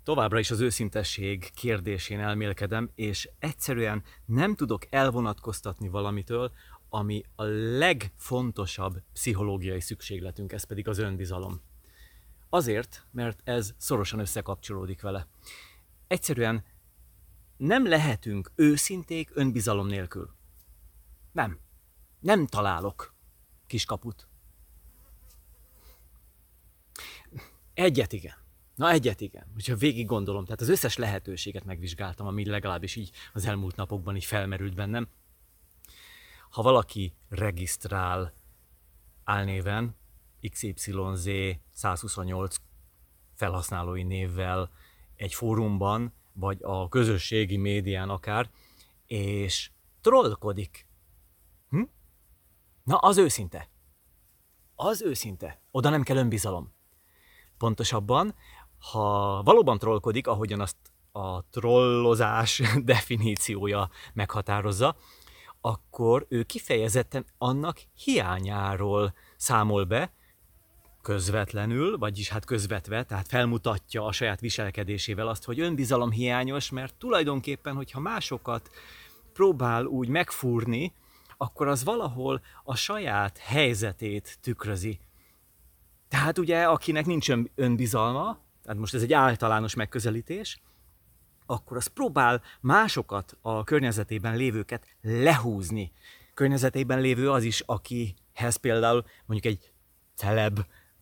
Továbbra is az őszintesség kérdésén elmélkedem, és egyszerűen nem tudok elvonatkoztatni valamitől, ami a legfontosabb pszichológiai szükségletünk, ez pedig az önbizalom. Azért, mert ez szorosan összekapcsolódik vele. Egyszerűen nem lehetünk őszinték önbizalom nélkül. Nem találok kiskaput. Egyet igen. Hogyha végig gondolom, tehát az összes lehetőséget megvizsgáltam, ami legalábbis így az elmúlt napokban így felmerült bennem. Ha valaki regisztrál álnéven, XYZ 128 felhasználói névvel egy fórumban, vagy a közösségi médián akár, és trollkodik. Na, az őszinte. Az őszinte. Oda nem kell önbizalom. Pontosabban, ha valóban trollkodik, ahogyan azt a trollozás definíciója meghatározza, akkor ő kifejezetten annak hiányáról számol be, közvetlenül, vagyis hát közvetve, tehát felmutatja a saját viselkedésével azt, hogy önbizalom hiányos, mert tulajdonképpen, hogyha másokat próbál úgy megfúrni, akkor az valahol a saját helyzetét tükrözi. Tehát ugye, akinek nincs önbizalma, tehát most ez egy általános megközelítés, akkor az próbál másokat, a környezetében lévőket lehúzni. Környezetében lévő az is, akihez például mondjuk egy celeb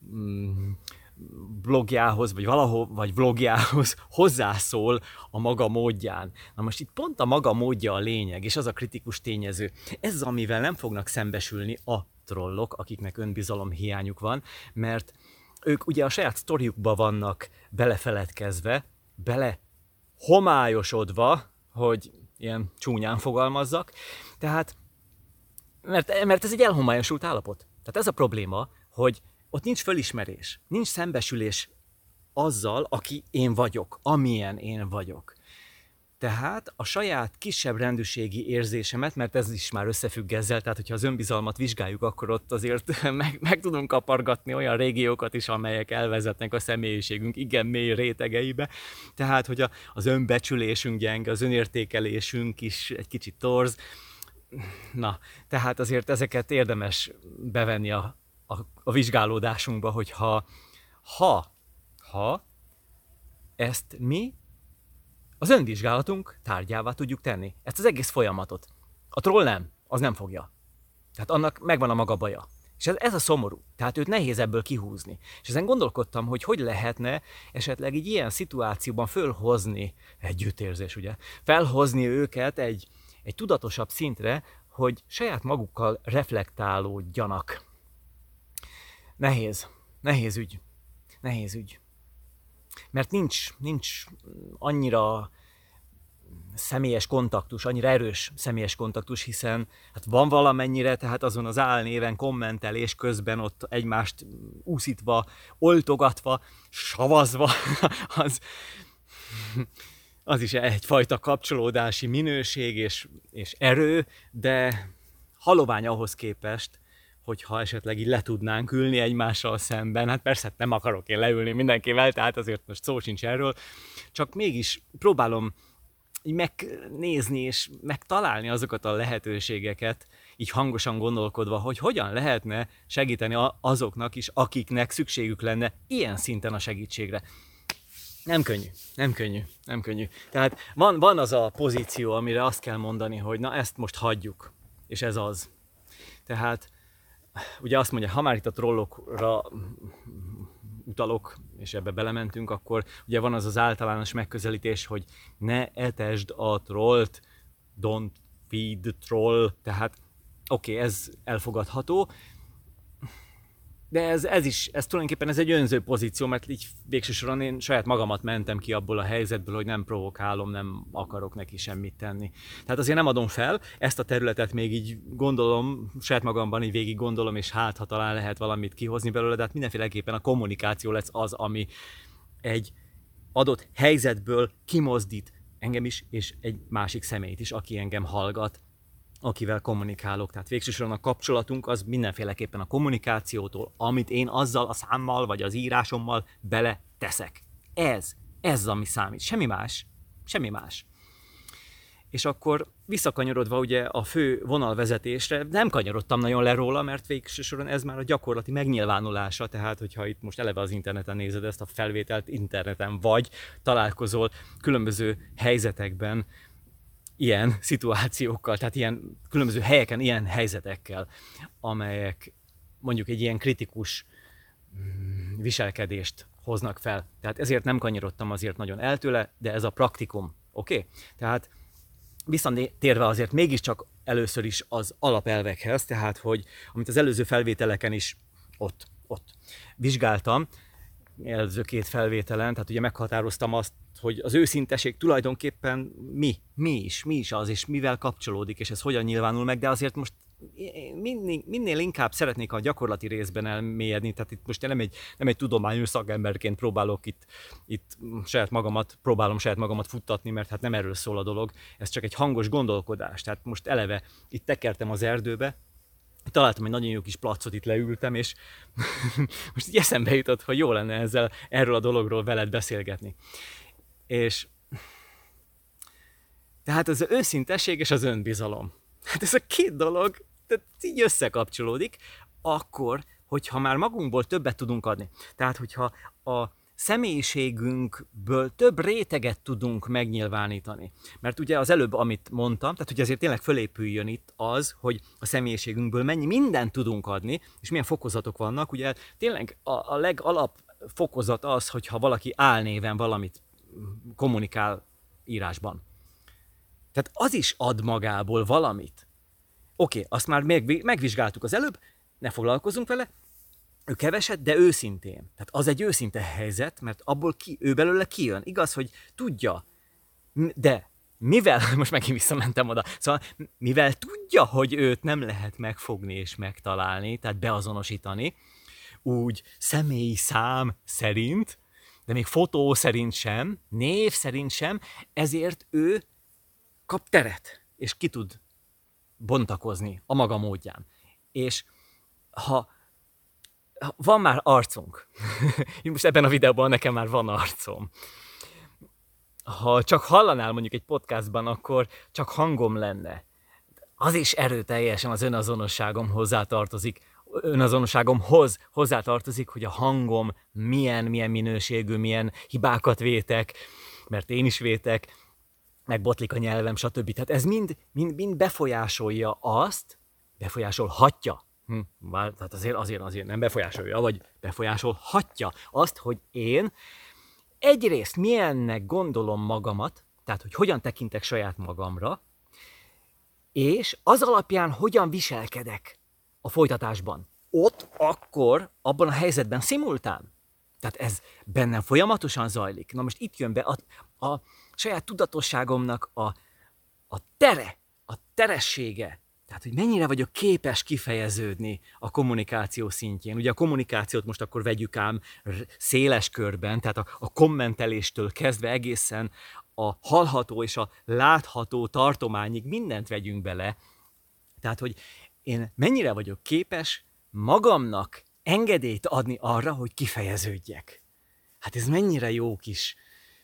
blogjához, vagy vlogjához hozzászól a maga módján. Na most itt pont a maga módja a lényeg, és az a kritikus tényező. Ez az, amivel nem fognak szembesülni a trollok, akiknek önbizalom hiányuk van, mert ők ugye a saját sztoriukba vannak belefeledkezve, homályosodva, hogy ilyen csúnyán fogalmazzak, tehát, mert ez egy elhomályosult állapot. Tehát ez a probléma, hogy ott nincs fölismerés, nincs szembesülés azzal, aki én vagyok, amilyen én vagyok. Tehát a saját kisebb rendűségi érzésemet, mert ez is már összefügg ezzel, tehát hogyha az önbizalmat vizsgáljuk, akkor ott azért meg tudunk kapargatni olyan régiókat is, amelyek elvezetnek a személyiségünk igen mély rétegeibe. Tehát, hogy az önbecsülésünk gyenge, az önértékelésünk is egy kicsit torz. Na, tehát azért ezeket érdemes bevenni a vizsgálódásunkba, hogy ha ezt mi az önvizsgálatunk tárgyává tudjuk tenni. Ezt az egész folyamatot. A troll nem, az nem fogja. Tehát annak megvan a maga baja. És ez a szomorú. Tehát őt nehéz ebből kihúzni. És ezen gondolkodtam, hogy lehetne esetleg így ilyen szituációban fölhozni, együttérzés ugye, felhozni őket egy tudatosabb szintre, hogy saját magukkal reflektálódjanak. Nehéz ügy. Mert nincs annyira személyes kontaktus, annyira erős személyes kontaktus, hiszen hát van valamennyire, tehát azon az álnéven kommentelés közben ott egymást úszítva, oltogatva, savazva, az is egyfajta kapcsolódási minőség és erő, de halovány ahhoz képest, hogyha esetleg így le tudnánk ülni egymással szemben, hát persze nem akarok én leülni mindenkivel, tehát azért most szó sincs erről, csak mégis próbálom így megnézni és megtalálni azokat a lehetőségeket, így hangosan gondolkodva, hogy hogyan lehetne segíteni azoknak is, akiknek szükségük lenne ilyen szinten a segítségre. Nem könnyű. Tehát van az a pozíció, amire azt kell mondani, hogy na ezt most hagyjuk, és ez az. Tehát ugye azt mondja, ha már itt a trollokra utalok, és ebbe belementünk, akkor ugye van az általános megközelítés, hogy ne etesd a trollt, don't feed troll, tehát oké, ez elfogadható, de ez tulajdonképpen ez egy önző pozíció, mert így végső soron én saját magamat mentem ki abból a helyzetből, hogy nem provokálom, nem akarok neki semmit tenni. Tehát azért nem adom fel, ezt a területet még így gondolom, saját magamban így végig gondolom, és ha talán lehet valamit kihozni belőle, de hát mindenféleképpen a kommunikáció lesz az, ami egy adott helyzetből kimozdít engem is, és egy másik személyt is, aki engem hallgat, akivel kommunikálok. Tehát végső soron a kapcsolatunk az mindenféleképpen a kommunikációtól, amit én azzal a számmal vagy az írásommal bele teszek. Ez ami számít, semmi más. Semmi más. És akkor visszakanyarodva ugye a fő vonalvezetésre, nem kanyarodtam nagyon le róla, mert végső soron ez már a gyakorlati megnyilvánulása, tehát hogyha itt most eleve az interneten nézed ezt a felvételt, interneten vagy találkozol különböző helyzetekben ilyen szituációkkal, tehát ilyen különböző helyeken ilyen helyzetekkel, amelyek mondjuk egy ilyen kritikus viselkedést hoznak fel. Tehát ezért nem kanyarodtam azért nagyon el tőle, de ez a praktikum, oké? Tehát visszatérve azért mégiscsak először is az alapelvekhez, tehát hogy amit az előző felvételeken is ott vizsgáltam, előző 2 felvételen, tehát ugye meghatároztam azt, hogy az őszinteség tulajdonképpen mi is az, és mivel kapcsolódik, és ez hogyan nyilvánul meg, de azért most minél inkább szeretnék a gyakorlati részben elmélyedni, tehát itt most én nem egy tudományos szakemberként próbálok itt próbálom saját magamat futtatni, mert hát nem erről szól a dolog, ez csak egy hangos gondolkodás, tehát most eleve itt tekertem az erdőbe, találtam egy nagyon jó kis placot, itt leültem, és most így eszembe jutott, hogy jó lenne erről a dologról veled beszélgetni. És tehát az őszintesség és az önbizalom. Hát ez a 2 dolog tehát így összekapcsolódik, akkor, hogyha már magunkból többet tudunk adni. Tehát, hogyha a személyiségünkből több réteget tudunk megnyilvánítani. Mert ugye az előbb, amit mondtam, tehát ugye azért tényleg fölépüljön itt az, hogy a személyiségünkből mennyi mindent tudunk adni, és milyen fokozatok vannak. Ugye tényleg a legalap fokozat az, hogyha valaki álnéven valamit kommunikál írásban. Tehát az is ad magából valamit. Oké, azt már megvizsgáltuk az előbb, ne foglalkozunk vele, ő keveset, de őszintén. Tehát az egy őszinte helyzet, mert abból ő belőle kijön. Igaz, hogy tudja, de mivel, most megint visszamentem oda, szóval mivel tudja, hogy őt nem lehet megfogni és megtalálni, tehát beazonosítani, úgy személyi szám szerint, de még fotó szerint sem, név szerint sem, ezért ő kap teret, és ki tud bontakozni a maga módján. És ha van már arcunk, most ebben a videóban nekem már van arcom, ha csak hallanál mondjuk egy podcastban, akkor csak hangom lenne. Az is erőteljesen az önazonosságomhoz hozzátartozik, hogy a hangom milyen minőségű, milyen hibákat vétek, mert én is vétek, megbotlik a nyelvem, stb. Tehát ez mind befolyásolja azt, befolyásolhatja, tehát azért nem befolyásolja, vagy befolyásolhatja azt, hogy én egyrészt milyennek gondolom magamat, tehát hogy hogyan tekintek saját magamra, és az alapján hogyan viselkedek a folytatásban. Akkor, abban a helyzetben szimultán. Tehát ez bennem folyamatosan zajlik. Na most itt jön be a saját tudatosságomnak a teressége. Tehát, hogy mennyire vagyok képes kifejeződni a kommunikáció szintjén. Ugye a kommunikációt most akkor vegyük ám széles körben, tehát a kommenteléstől kezdve egészen a hallható és a látható tartományig mindent vegyünk bele. Tehát, hogy én mennyire vagyok képes magamnak engedélyt adni arra, hogy kifejeződjek. Hát ez mennyire jó kis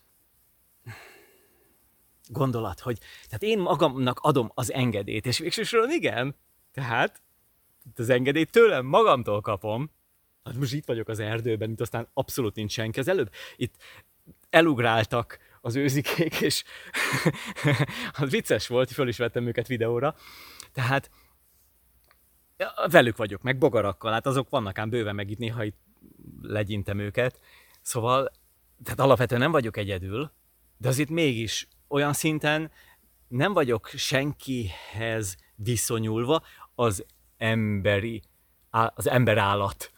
gondolat, hogy tehát én magamnak adom az engedélyt, és végsősorban igen, tehát az engedélyt tőlem magamtól kapom. Hát most itt vagyok az erdőben, itt aztán abszolút nincs senki. Az előbb itt elugráltak az őzikék, és az vicces volt, föl is vettem őket videóra. Tehát velük vagyok, meg bogarakkal, hát azok vannak ám bőven, meg itt néha itt legyintem őket. Szóval, tehát alapvetően nem vagyok egyedül, de azért mégis olyan szinten nem vagyok senkihez viszonyulva az emberállat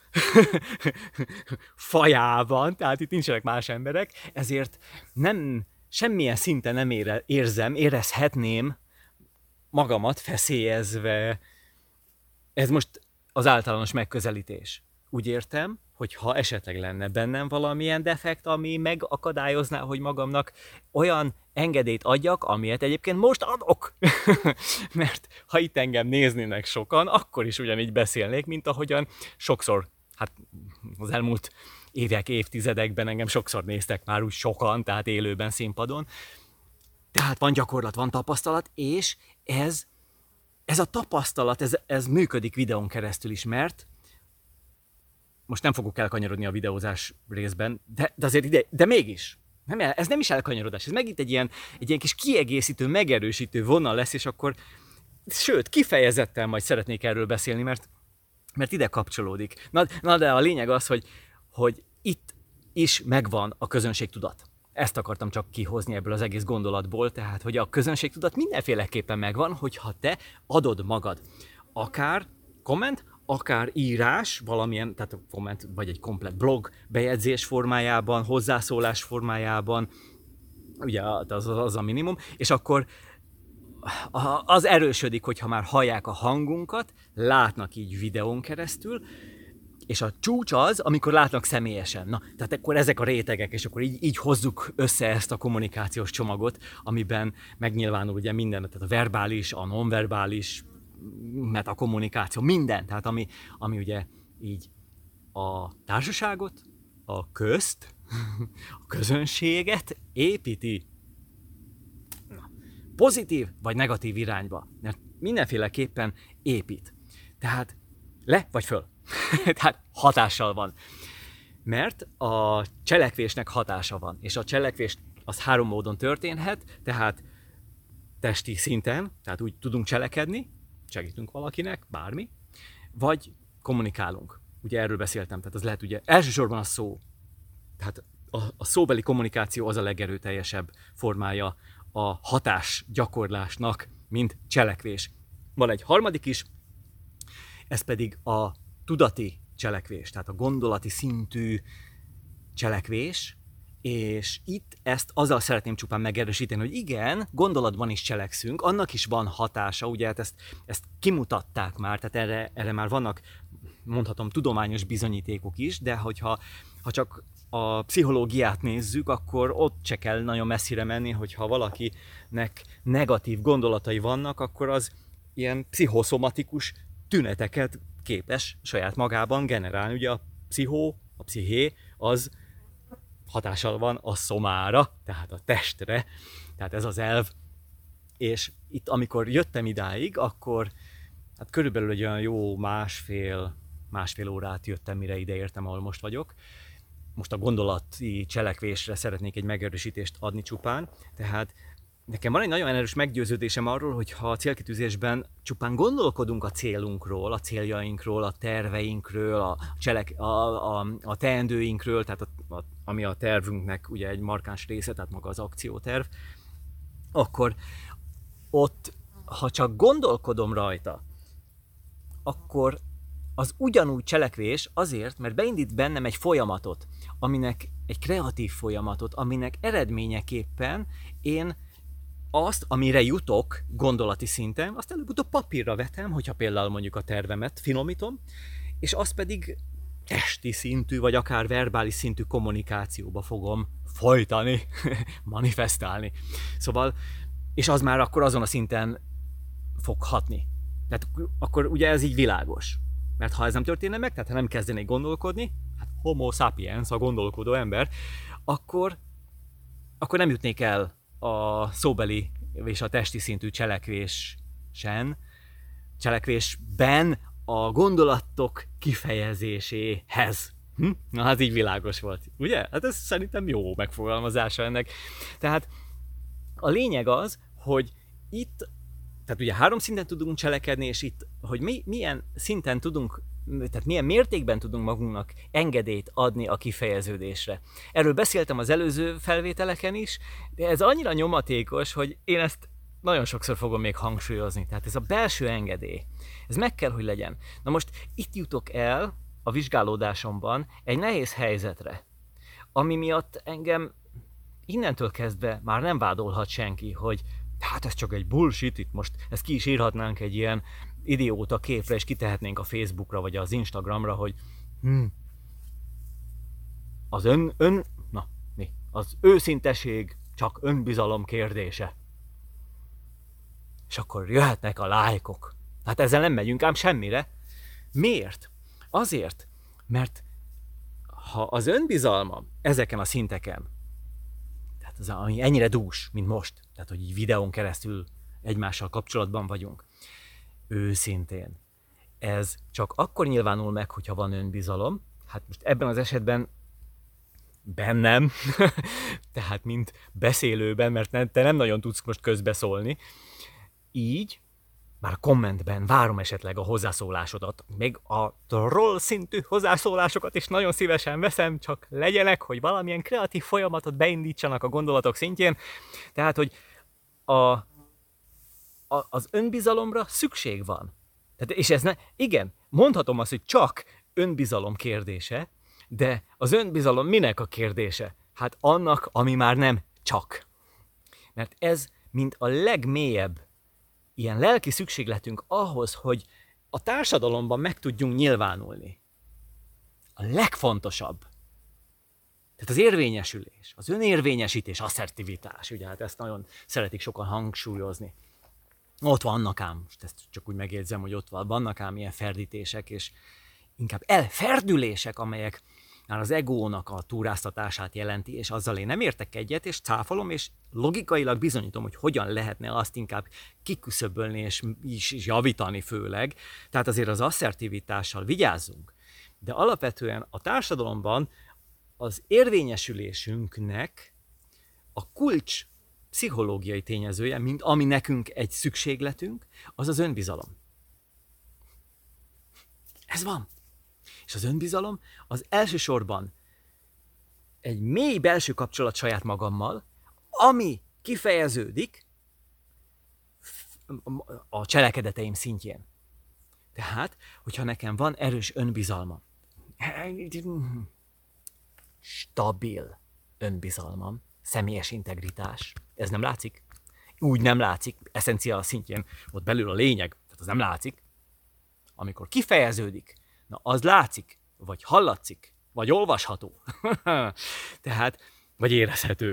fajában, tehát itt nincsenek más emberek, ezért semmilyen szinten nem érezhetném magamat feszélyezve. Ez most az általános megközelítés. Úgy értem, hogy ha esetleg lenne bennem valamilyen defekt, ami megakadályozná, hogy magamnak olyan engedélyt adjak, amilyet egyébként most adok. Mert ha itt engem néznének sokan, akkor is ugyanígy beszélnék, mint ahogyan sokszor, hát az elmúlt évek, évtizedekben, engem sokszor néztek már úgy sokan, tehát élőben színpadon. Tehát van gyakorlat, van tapasztalat, és ez a tapasztalat, ez működik videón keresztül is, mert most nem fogok elkanyarodni a videózás részben, de azért de mégis. Ez nem is elkanyarodás, ez megint egy ilyen kis kiegészítő, megerősítő vonal lesz, és akkor, sőt, kifejezetten majd szeretnék erről beszélni, mert ide kapcsolódik. Na de a lényeg az, hogy itt is megvan a közönségtudat. Ezt akartam csak kihozni ebből az egész gondolatból, tehát, hogy a közönségtudat mindenféleképpen megvan, hogyha te adod magad. Akár komment, akár írás, valamilyen, tehát a komment, vagy egy komplett blog bejegyzés formájában, hozzászólás formájában, ugye az a minimum, és akkor az erősödik, hogyha már hallják a hangunkat, látnak így videón keresztül, és a csúcs az, amikor látnak személyesen. Na, tehát akkor ezek a rétegek, és akkor így hozzuk össze ezt a kommunikációs csomagot, amiben megnyilvánul ugye minden, tehát a verbális, a nonverbális, metakommunikáció, minden, tehát ami ugye így a társaságot, a közt, a közönséget építi. Na, pozitív vagy negatív irányba, mert mindenféleképpen épít. Tehát le vagy föl. Tehát hatással van. Mert a cselekvésnek hatása van, és a cselekvés az 3 módon történhet, tehát testi szinten, tehát úgy tudunk cselekedni, segítünk valakinek, bármi, vagy kommunikálunk. Ugye erről beszéltem, tehát az lehet ugye elsősorban a szó. Tehát a szóbeli kommunikáció az a legerőteljesebb formája a hatás gyakorlásnak, mint cselekvés. Van egy harmadik is, ez pedig a tudati cselekvés, tehát a gondolati szintű cselekvés, és itt ezt azzal szeretném csupán megerősíteni, hogy igen, gondolatban is cselekszünk, annak is van hatása, ugye hát ezt kimutatták már, tehát erre már vannak, mondhatom, tudományos bizonyítékok is, de ha csak a pszichológiát nézzük, akkor ott se kell nagyon messzire menni, hogyha valakinek negatív gondolatai vannak, akkor az ilyen pszichoszomatikus tüneteket képes saját magában generálni. Ugye a psziché, az hatással van a szomára, tehát a testre, tehát ez az elv. És itt, amikor jöttem idáig, akkor hát körülbelül egy olyan jó másfél órát jöttem, mire ide értem, ahol most vagyok. Most a gondolati cselekvésre szeretnék egy megerősítést adni csupán, tehát nekem van egy nagyon erős meggyőződésem arról, hogy ha a célkitűzésben csupán gondolkodunk a célunkról, a céljainkról, a terveinkről, a teendőinkről, tehát ami a tervünknek ugye egy markáns része, tehát maga az akcióterv, akkor ott, ha csak gondolkodom rajta, akkor az ugyanúgy cselekvés azért, mert beindít bennem egy folyamatot, egy kreatív folyamatot, aminek eredményeképpen én azt, amire jutok gondolati szinten, azt előbb-utóbb papírra vetem, hogyha például mondjuk a tervemet finomítom, és azt pedig testi szintű, vagy akár verbális szintű kommunikációba fogom folytani, manifestálni. Szóval, és az már akkor azon a szinten fog hatni. Tehát akkor ugye ez így világos. Mert ha ez nem történne meg, tehát ha nem kezdenék gondolkodni, hát homo sapiens, a gondolkodó ember, akkor nem jutnék el a szóbeli és a testi szintű cselekvésben a gondolatok kifejezéséhez. Na, hát így világos volt, ugye? Hát ez szerintem jó megfogalmazása ennek. Tehát a lényeg az, hogy itt, tehát ugye 3 szinten tudunk cselekedni, és itt, hogy milyen szinten tudunk, tehát milyen mértékben tudunk magunknak engedélyt adni a kifejeződésre. Erről beszéltem az előző felvételeken is, de ez annyira nyomatékos, hogy én ezt nagyon sokszor fogom még hangsúlyozni. Tehát ez a belső engedély, ez meg kell, hogy legyen. Na most itt jutok el a vizsgálódásomban egy nehéz helyzetre, ami miatt engem innentől kezdve már nem vádolhat senki, hogy hát ez csak egy bullshit, itt most ezt ki is írhatnánk egy ilyen idióta képre, és kitehetnénk a Facebookra, vagy az Instagramra, hogy az őszinteség csak önbizalom kérdése. És akkor jöhetnek a lájkok. Hát ezzel nem megyünk ám semmire. Miért? Azért, mert Ha az önbizalmam ezeken a szinteken, tehát az, ami ennyire dús, mint most, tehát hogy így videón keresztül egymással kapcsolatban vagyunk, őszintén, ez csak akkor nyilvánul meg, hogyha van önbizalom. Hát most ebben az esetben bennem, tehát mint beszélőben, mert te nem nagyon tudsz most közbeszólni. Így, már a kommentben várom esetleg a hozzászólásodat, még a troll szintű hozzászólásokat is nagyon szívesen veszem, csak legyenek, hogy valamilyen kreatív folyamatot beindítsanak a gondolatok szintjén. Tehát, hogy az önbizalomra szükség van. Tehát, és ez igen, mondhatom azt, hogy csak önbizalom kérdése, de az önbizalom minek a kérdése? Hát annak, ami már nem csak. Mert ez, mint a legmélyebb ilyen lelki szükségletünk ahhoz, hogy a társadalomban meg tudjunk nyilvánulni. A legfontosabb. Tehát az érvényesülés, az önérvényesítés, asszertivitás, ugye hát ezt nagyon szeretik sokan hangsúlyozni. Ott vannak ám, most ezt csak úgy megjegyzem, hogy ott vannak ám ilyen ferdítések, és inkább elferdülések, amelyek már az egónak a túráztatását jelenti, és azzal én nem értek egyet, és cáfolom, és logikailag bizonyítom, hogy hogyan lehetne azt inkább kiküszöbölni, és is javítani főleg. Tehát azért az asszertivitással vigyázzunk. De alapvetően a társadalomban az érvényesülésünknek a kulcs pszichológiai tényezője, mint ami nekünk egy szükségletünk, az az önbizalom. Ez van. És az önbizalom az elsősorban egy mély belső kapcsolat saját magammal, ami kifejeződik a cselekedeteim szintjén. Tehát, hogyha nekem van erős önbizalmam, stabil önbizalmam, személyes integritás, ez nem látszik? Úgy nem látszik, eszenciál szintjén, ott belül a lényeg, tehát az nem látszik. Amikor kifejeződik, na az látszik, vagy hallatszik, vagy olvasható. Tehát, vagy érezhető.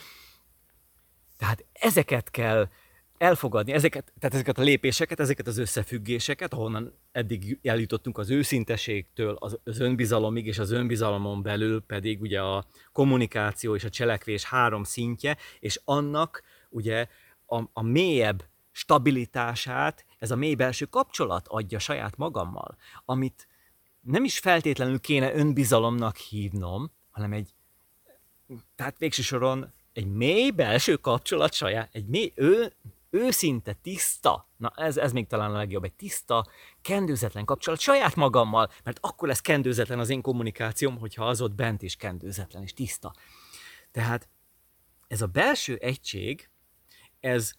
Tehát ezeket kell elfogadni, ezeket a lépéseket, ezeket az összefüggéseket, ahonnan eddig eljutottunk az őszinteségtől az önbizalomig, és az önbizalomon belül pedig ugye a kommunikáció és a cselekvés 3 szintje, és annak ugye a mélyebb stabilitását, ez a mély belső kapcsolat adja saját magammal, amit nem is feltétlenül kéne önbizalomnak hívnom, hanem tehát végső soron egy mély belső kapcsolat saját, egy mély őszinte, tiszta, na ez még talán a legjobb, egy tiszta, kendőzetlen kapcsolat saját magammal, mert akkor lesz kendőzetlen az én kommunikációm, hogyha az ott bent is kendőzetlen és tiszta. Tehát ez a belső egység, ez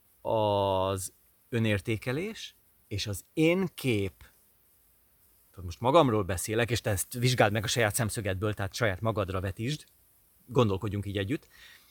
az önértékelés és az én kép. Most magamról beszélek, és te ezt vizsgáld meg a saját szemszögedből, tehát saját magadra vetítsd, gondolkodjunk így együtt.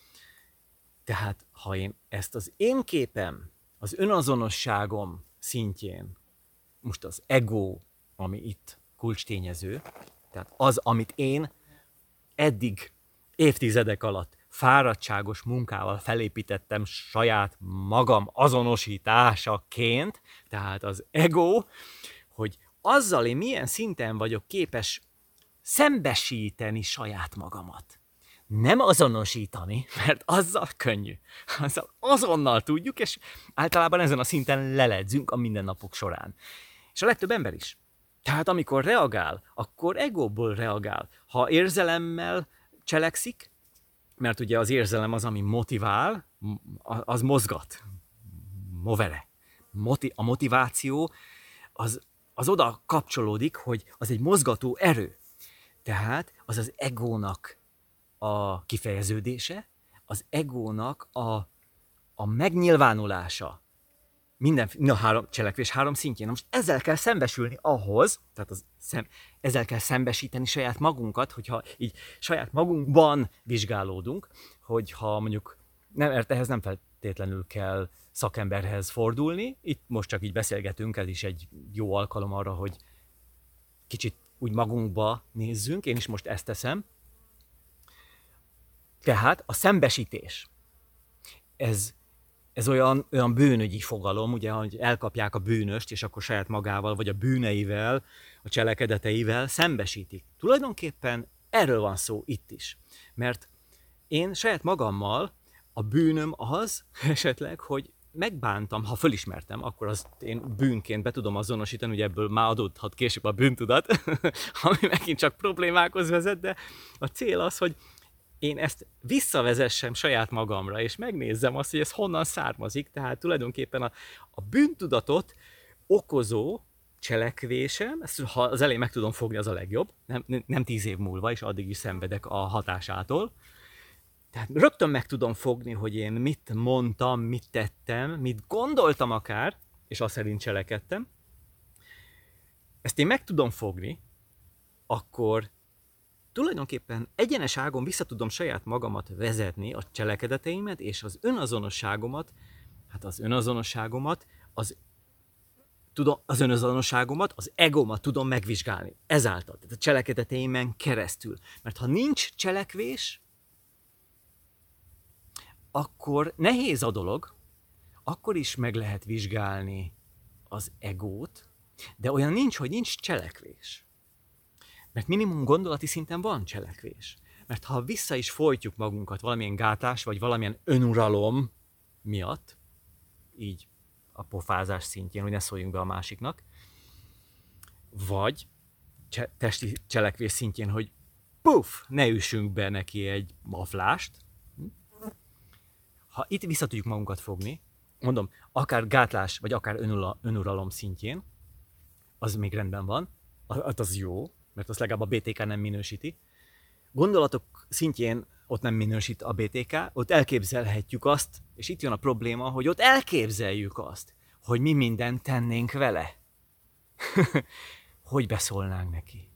Tehát, ha én ezt az én képem, az önazonosságom szintjén, most az ego, ami itt kulcstényező, tehát az, amit én eddig évtizedek alatt fáradtságos munkával felépítettem saját magam azonosításaként, tehát az ego, hogy azzal én milyen szinten vagyok képes szembesíteni saját magamat. Nem azonosítani, mert azzal könnyű. Azzal azonnal tudjuk, és általában ezen a szinten leledzünk a mindennapok során. És a legtöbb ember is. Tehát amikor reagál, akkor egóból reagál. Ha érzelemmel cselekszik, mert ugye az érzelem az, ami motivál, az mozgat. Movere. A motiváció az oda kapcsolódik, hogy az egy mozgató erő. Tehát az az egónak a kifejeződése, az egónak a megnyilvánulása. Minden cselekvés 3 szintjén. Most ezzel kell szembesülni ahhoz, tehát ezzel kell szembesíteni saját magunkat, hogyha így saját magunkban vizsgálódunk, hogyha mondjuk, ehhez nem feltétlenül kell szakemberhez fordulni, itt most csak így beszélgetünk, ez is egy jó alkalom arra, hogy kicsit úgy magunkba nézzünk, én is most ezt teszem. Tehát a szembesítés, ez olyan bűnügyi fogalom, ugye, hogy elkapják a bűnöst, és akkor saját magával, vagy a bűneivel, a cselekedeteivel szembesítik. Tulajdonképpen erről van szó itt is. Mert én saját magammal a bűnöm az esetleg, hogy megbántam, ha fölismertem, akkor azt én bűnként be tudom azonosítani, hogy ebből már adódhat később a bűntudat, ami megint csak problémákhoz vezet, de a cél az, hogy én ezt visszavezessem saját magamra, és megnézzem azt, hogy ez honnan származik, tehát tulajdonképpen a bűntudatot okozó cselekvésem, ezt ha az elején meg tudom fogni, az a legjobb, nem 10 év múlva, és addig is szenvedek a hatásától. Tehát rögtön meg tudom fogni, hogy én mit mondtam, mit tettem, mit gondoltam akár, és azt szerint cselekedtem. Ezt én meg tudom fogni, akkor tulajdonképpen egyenes ágon vissza tudom saját magamat vezetni, a cselekedeteimet, és az önazonosságomat, az egomat tudom megvizsgálni. Ezáltal, tehát a cselekedeteimen keresztül. Mert ha nincs cselekvés, akkor nehéz a dolog, akkor is meg lehet vizsgálni az egót, de olyan nincs, hogy nincs cselekvés. Mert minimum gondolati szinten van cselekvés. Mert ha vissza is folytjuk magunkat valamilyen gátlás, vagy valamilyen önuralom miatt, így a pofázás szintjén, hogy ne szóljunk be a másiknak, vagy testi cselekvés szintjén, hogy ne üssünk be neki egy maflást. Ha itt vissza tudjuk magunkat fogni, mondom, akár gátlás, vagy akár önuralom szintjén, az még rendben van, az jó, mert azt legalább a BTK nem minősíti. Gondolatok szintjén ott nem minősít a BTK, ott elképzelhetjük azt, és itt jön a probléma, hogy ott elképzeljük azt, hogy mi mindent tennénk vele. Hogy beszólnánk neki.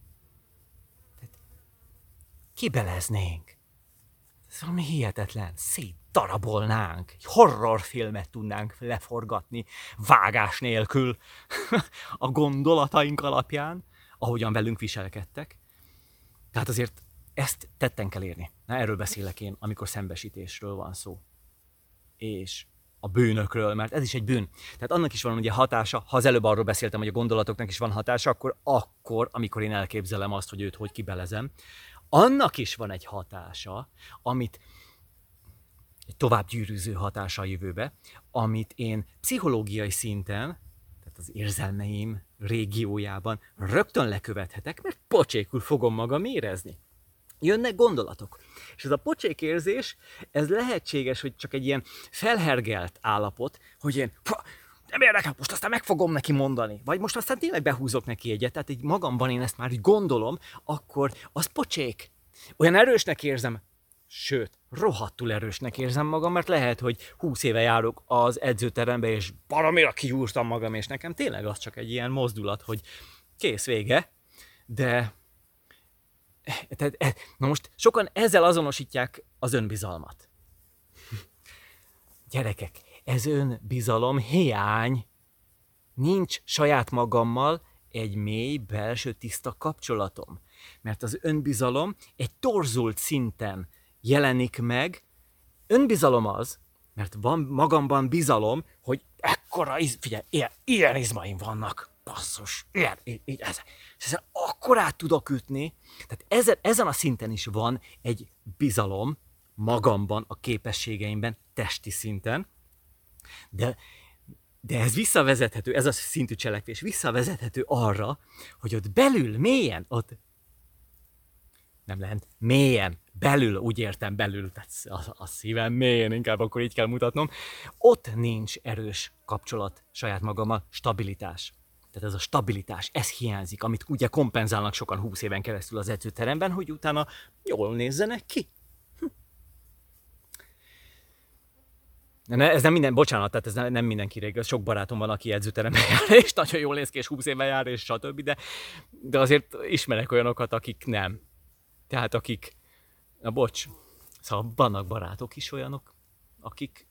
Kibeleznénk. Ez valami hihetetlen. Szétdarabolnánk. Egy horrorfilmet tudnánk leforgatni vágás nélkül a gondolataink alapján, ahogyan velünk viselkedtek. Tehát azért ezt tetten kell érni. Na, erről beszélek én, amikor szembesítésről van szó. És a bűnökről, mert ez is egy bűn. Tehát annak is van ugye hatása, ha az előbb arról beszéltem, hogy a gondolatoknak is van hatása, akkor, amikor én elképzelem azt, hogy őt hogy kibelezem, annak is van egy hatása, amit egy tovább gyűrűző hatása a jövőbe, amit én pszichológiai szinten, tehát az érzelmeim régiójában rögtön lekövethetek, mert pocsékul fogom magam érezni. Jönnek gondolatok. És ez a pocsékérzés, ez lehetséges, hogy csak egy ilyen felhergelt állapot, hogy én nem érdekel, most aztán meg fogom neki mondani, vagy most aztán tényleg behúzok neki egyet, tehát így magamban én ezt már így gondolom, akkor az pocsék. Olyan erősnek érzem, sőt, rohadtul erősnek érzem magam, mert lehet, hogy 20 éve járok az edzőterembe, és baromira kiúrtam magam, és nekem tényleg az csak egy ilyen mozdulat, hogy kész, vége, de na most sokan ezzel azonosítják az önbizalmat. Gyerekek, ez önbizalom hiány. Nincs saját magammal egy mély, belső, tiszta kapcsolatom. Mert az önbizalom egy torzult szinten jelenik meg. Önbizalom az, mert van magamban bizalom, hogy ekkora, figyelj, ilyen izmaim vannak. Basszus, ezzel akkorát tudok ütni. Tehát ezen a szinten is van egy bizalom magamban, a képességeimben, testi szinten. De ez visszavezethető, ez a szintű cselekvés visszavezethető arra, hogy ott belül, mélyen, ott nem lehet, mélyen, belül, úgy értem belül, tehát a szívem mélyén, inkább akkor így kell mutatnom, ott nincs erős kapcsolat saját magammal, stabilitás. Tehát ez a stabilitás, ez hiányzik, amit ugye kompenzálnak sokan 20 éven keresztül az edzőteremben, hogy utána jól nézzenek ki. Ez nem minden, bocsánat, tehát ez nem mindenkire igaz. Sok barátom van, aki edzőteremben jár, és nagyon jól néz ki, és 20 éve jár, és stb. De azért ismerek olyanokat, akik nem. Tehát akik, szóval vannak barátok is olyanok, akik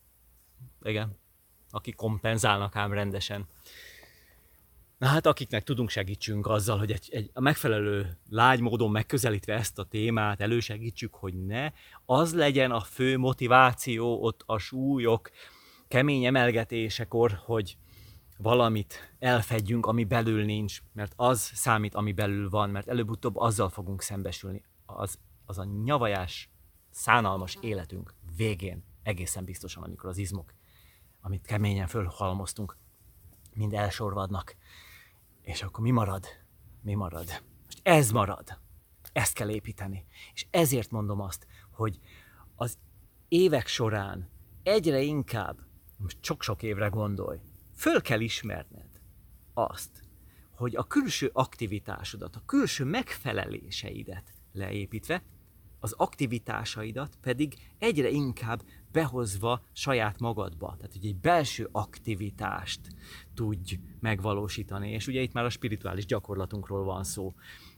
kompenzálnak ám rendesen. Na hát akiknek tudunk, segítsünk azzal, hogy a megfelelő lágy módon megközelítve ezt a témát elősegítsük, hogy ne az legyen a fő motiváció ott a súlyok kemény emelgetésekor, hogy valamit elfedjünk, ami belül nincs, mert az számít, ami belül van, mert előbb-utóbb azzal fogunk szembesülni. az a nyavajás, szánalmas életünk végén, egészen biztosan, amikor az izmok, amit keményen fölhalmoztunk, mind elsorvadnak. És akkor mi marad? Mi marad? Most ez marad. Ezt kell építeni. És ezért mondom azt, hogy az évek során egyre inkább, most sok-sok évre gondolj, föl kell ismerned azt, hogy a külső aktivitásodat, a külső megfeleléseidet leépítve, az aktivitásaidat pedig egyre inkább behozva saját magadba. Tehát, hogy egy belső aktivitást tudj megvalósítani. És ugye itt már a spirituális gyakorlatunkról van szó.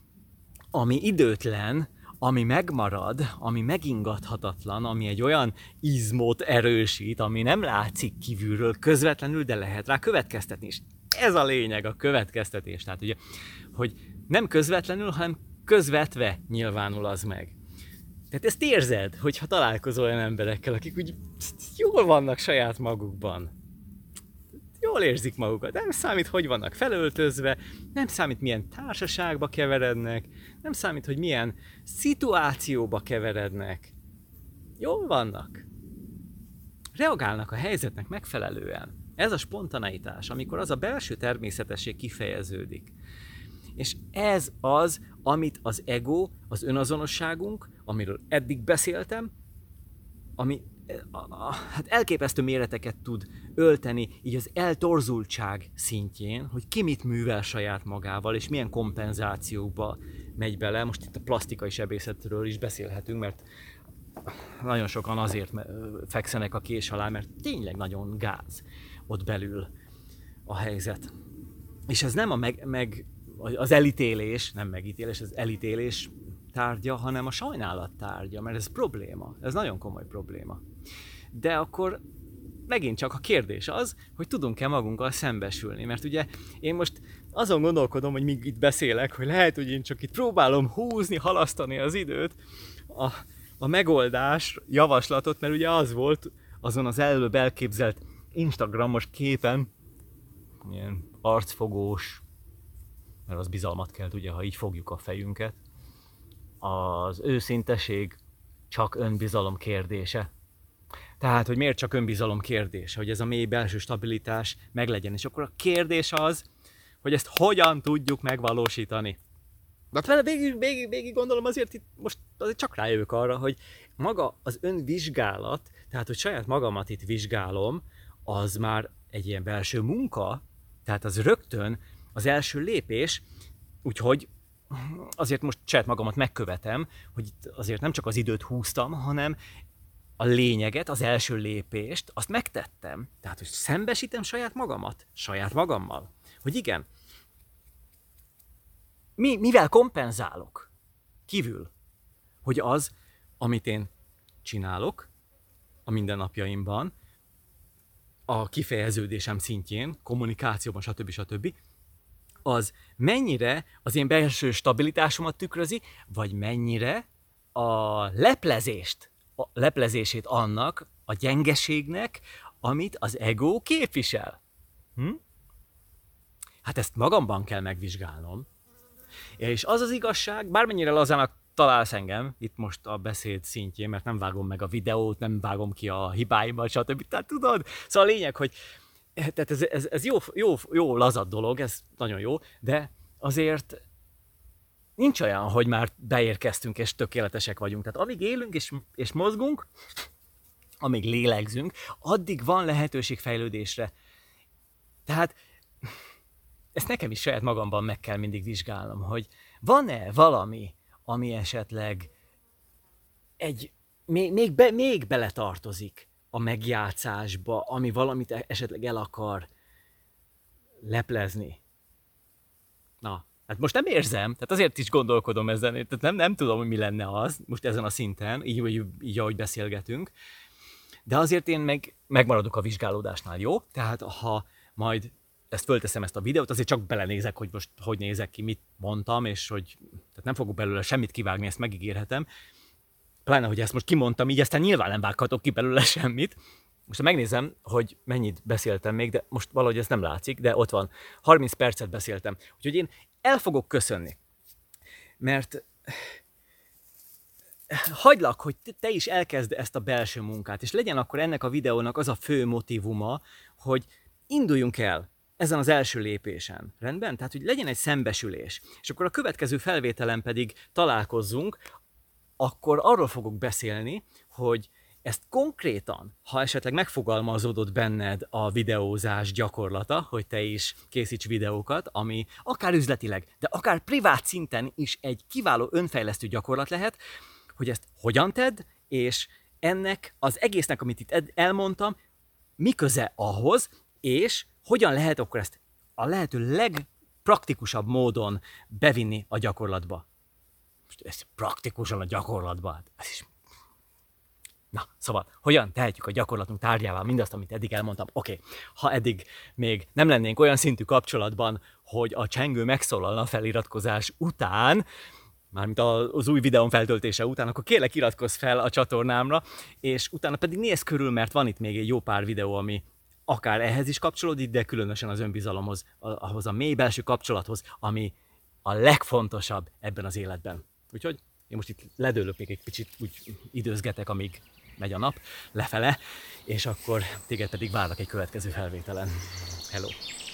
Ami időtlen, ami megmarad, ami megingathatatlan, ami egy olyan izmot erősít, ami nem látszik kívülről közvetlenül, de lehet rá következtetni. És ez a lényeg, a következtetés. Tehát ugye, hogy nem közvetlenül, hanem közvetve nyilvánul az meg. Tehát ezt érzed, hogyha találkozol olyan emberekkel, akik úgy jól vannak saját magukban. Jól érzik magukat. Nem számít, hogy vannak felöltözve, nem számít, milyen társaságba keverednek, nem számít, hogy milyen szituációba keverednek. Jól vannak. Reagálnak a helyzetnek megfelelően. Ez a spontaneitás, amikor az a belső természetesség kifejeződik. És ez az, amit az ego, az önazonosságunk, amiről eddig beszéltem, ami hát elképesztő méreteket tud ölteni így az eltorzultság szintjén, hogy ki mit művel saját magával, és milyen kompenzációkba megy bele. Most itt a plastikai sebészetről is beszélhetünk, mert nagyon sokan azért fekszenek a kés alá, mert tényleg nagyon gáz ott belül a helyzet. És ez nem az elítélés, nem megítélés, az elítélés tárgya, hanem a sajnálat tárgya, mert ez probléma, ez nagyon komoly probléma. De akkor megint csak a kérdés az, hogy tudunk-e magunkkal szembesülni, mert ugye én most azon gondolkodom, hogy míg itt beszélek, hogy lehet, hogy én csak itt próbálom húzni, halasztani az időt, a megoldás javaslatot, mert ugye az volt azon az előbb elképzelt Instagramos képen, ilyen arcfogós, mert az bizalmat kelt, ugye, ha így fogjuk a fejünket. Az őszinteség csak önbizalom kérdése. Tehát, hogy miért csak önbizalom kérdése, hogy ez a mély belső stabilitás meglegyen. És akkor a kérdés az, hogy ezt hogyan tudjuk megvalósítani. De vele végig gondolom azért itt most azért csak rájövök arra, hogy maga az önvizsgálat, tehát, hogy saját magamat itt vizsgálom, az már egy ilyen belső munka, tehát az rögtön az első lépés, úgyhogy azért most saját magamat megkövetem, hogy itt azért nem csak az időt húztam, hanem a lényeget, az első lépést, azt megtettem. Tehát, hogy szembesítem saját magammal. Hogy igen, mivel kompenzálok kívül, hogy az, amit én csinálok a mindennapjaimban, a kifejeződésem szintjén, kommunikációban, stb. Az mennyire az én belső stabilitásomat tükrözi, vagy mennyire a leplezését annak, a gyengeségnek, amit az ego képvisel. Hát ezt magamban kell megvizsgálnom. És az az igazság, bármennyire lazának találsz engem, itt most a beszéd szintjén, mert nem vágom meg a videót, nem vágom ki a hibáimat, stb. Tehát tudod? Szóval a lényeg, hogy tehát ez jó lazad dolog, ez nagyon jó, de azért nincs olyan, hogy már beérkeztünk és tökéletesek vagyunk. Tehát amíg élünk és mozgunk, amíg lélegzünk, addig van lehetőség fejlődésre. Tehát ezt nekem is saját magamban meg kell mindig vizsgálnom, hogy van-e valami, ami esetleg még beletartozik a megjátszásba, ami valamit esetleg el akar leplezni. Na, hát most nem érzem, tehát azért is gondolkodom ezen, tehát nem tudom, hogy mi lenne az, most ezen a szinten, így ahogy beszélgetünk, de azért én megmaradok a vizsgálódásnál, jó? Tehát ha majd fölteszem ezt a videót, azért csak belenézek, hogy most hogy nézek ki, mit mondtam, és hogy tehát nem fogok belőle semmit kivágni, ezt megígérhetem. Pláne, hogy ezt most kimondtam, így aztán nyilván nem vághatok ki belőle semmit. Most megnézem, hogy mennyit beszéltem még, de most valahogy ez nem látszik, de ott van. 30 percet beszéltem. Úgyhogy én el fogok köszönni. Mert hagylak, hogy te is elkezd ezt a belső munkát, és legyen akkor ennek a videónak az a fő motívuma, hogy induljunk el ezen az első lépésen. Rendben? Tehát, hogy legyen egy szembesülés. És akkor a következő felvételen pedig találkozzunk, akkor arról fogok beszélni, hogy ezt konkrétan, ha esetleg megfogalmazódott benned a videózás gyakorlata, hogy te is készíts videókat, ami akár üzletileg, de akár privát szinten is egy kiváló önfejlesztő gyakorlat lehet, hogy ezt hogyan tedd, és ennek az egésznek, amit itt elmondtam, mi köze ahhoz, és hogyan lehet akkor ezt a lehető legpraktikusabb módon bevinni a gyakorlatba. Most ez praktikusan a gyakorlatba, ez is... Na, szóval, hogyan tehetjük a gyakorlatunk tárgyává mindazt, amit eddig elmondtam? Oké, ha eddig még nem lennénk olyan szintű kapcsolatban, hogy a csengő megszólalna a feliratkozás után, mármint az új videón feltöltése után, akkor kérlek iratkozz fel a csatornámra, és utána pedig nézz körül, mert van itt még egy jó pár videó, ami akár ehhez is kapcsolódik, de különösen az önbizalomhoz, ahhoz a mély belső kapcsolathoz, ami a legfontosabb ebben az életben. Úgyhogy én most itt ledőlök, még egy kicsit úgy időzgetek, amíg megy a nap lefele, és akkor téged pedig várlak egy következő felvételen. Hello!